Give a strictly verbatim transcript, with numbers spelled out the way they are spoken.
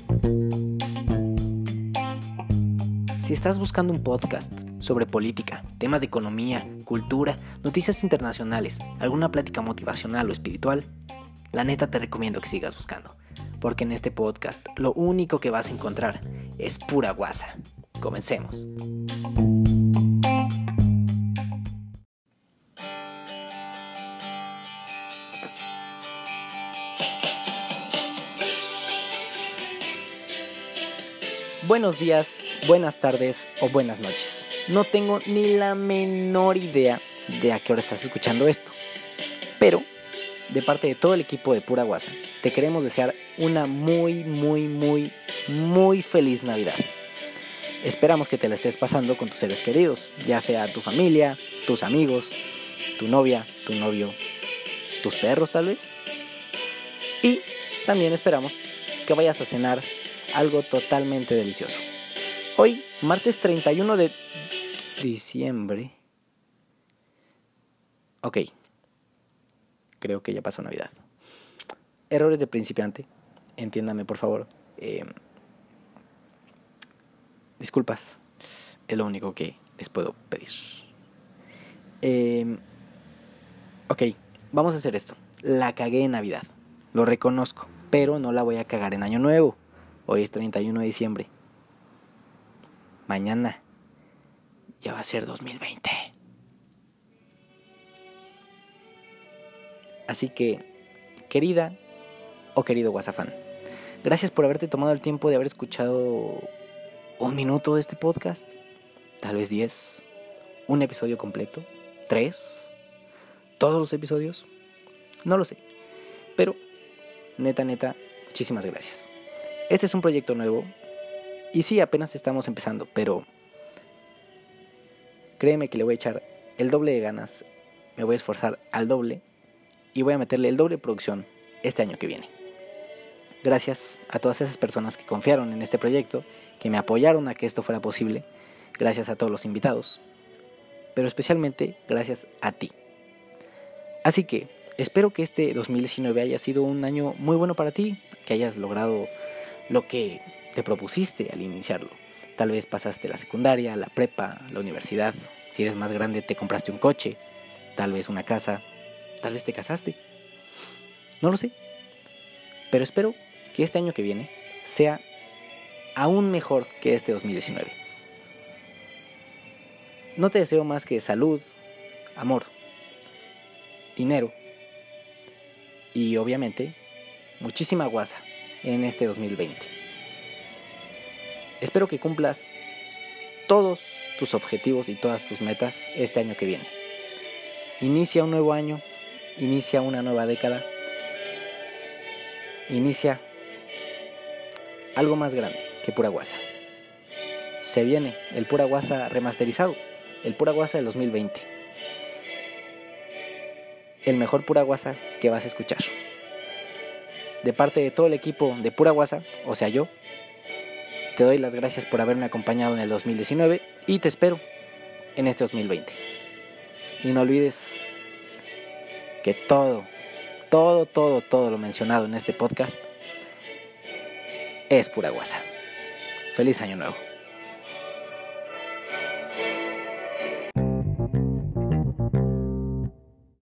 Si estás buscando un podcast sobre política, temas de economía, cultura, noticias internacionales, alguna plática motivacional o espiritual, la neta te recomiendo que sigas buscando, porque en este podcast lo único que vas a encontrar es pura guasa. Comencemos. Buenos días, buenas tardes o buenas noches. No tengo ni la menor idea de a qué hora estás escuchando esto, pero de parte de todo el equipo de Pura Guasa, te queremos desear una muy, muy, muy, muy feliz Navidad. Esperamos que te la estés pasando con tus seres queridos, ya sea tu familia, tus amigos, tu novia, tu novio, tus perros tal vez. Y también esperamos que vayas a cenar algo totalmente delicioso. Hoy, martes treinta y uno de diciembre. Ok, creo que ya pasó Navidad. Errores de principiante, entiéndame por favor. Eh, disculpas, es lo único que les puedo pedir. Eh, ok, vamos a hacer esto. La cagué en Navidad, lo reconozco, pero no la voy a cagar en Año Nuevo. Hoy es treinta y uno de diciembre. Mañana ya va a ser dos mil veinte. Así que, querida o querido WhatsAffan, gracias por haberte tomado el tiempo de haber escuchado un minuto de este podcast. Tal vez diez. Un episodio completo. Tres. Todos los episodios. No lo sé. Pero, neta, neta, muchísimas gracias. Este es un proyecto nuevo y sí, apenas estamos empezando, pero créeme que le voy a echar el doble de ganas, me voy a esforzar al doble y voy a meterle el doble de producción este año que viene. Gracias a todas esas personas que confiaron en este proyecto, que me apoyaron a que esto fuera posible, gracias a todos los invitados, pero especialmente gracias a ti. Así que espero que este dos mil diecinueve haya sido un año muy bueno para ti, que hayas logrado lo que te propusiste al iniciarlo. Tal vez pasaste la secundaria, la prepa, la universidad. Si eres más grande te compraste un coche, tal vez una casa, tal vez te casaste. No lo sé. Pero espero que este año que viene sea aún mejor que este dos mil diecinueve. No te deseo más que salud, amor, dinero y obviamente muchísima guasa en este dos mil veinte. Espero que cumplas todos tus objetivos y todas tus metas este año que viene. Inicia un nuevo año, inicia una nueva década, inicia algo más grande que Pura Guasa. Se viene el Pura Guasa remasterizado, el Pura Guasa del dos mil veinte. El mejor Pura Guasa que vas a escuchar. De parte de todo el equipo de Pura Guasa, o sea yo, te doy las gracias por haberme acompañado en el dos mil diecinueve y te espero en este dos mil veinte. Y no olvides que todo, todo, todo, todo lo mencionado en este podcast es Pura Guasa. Feliz Año Nuevo.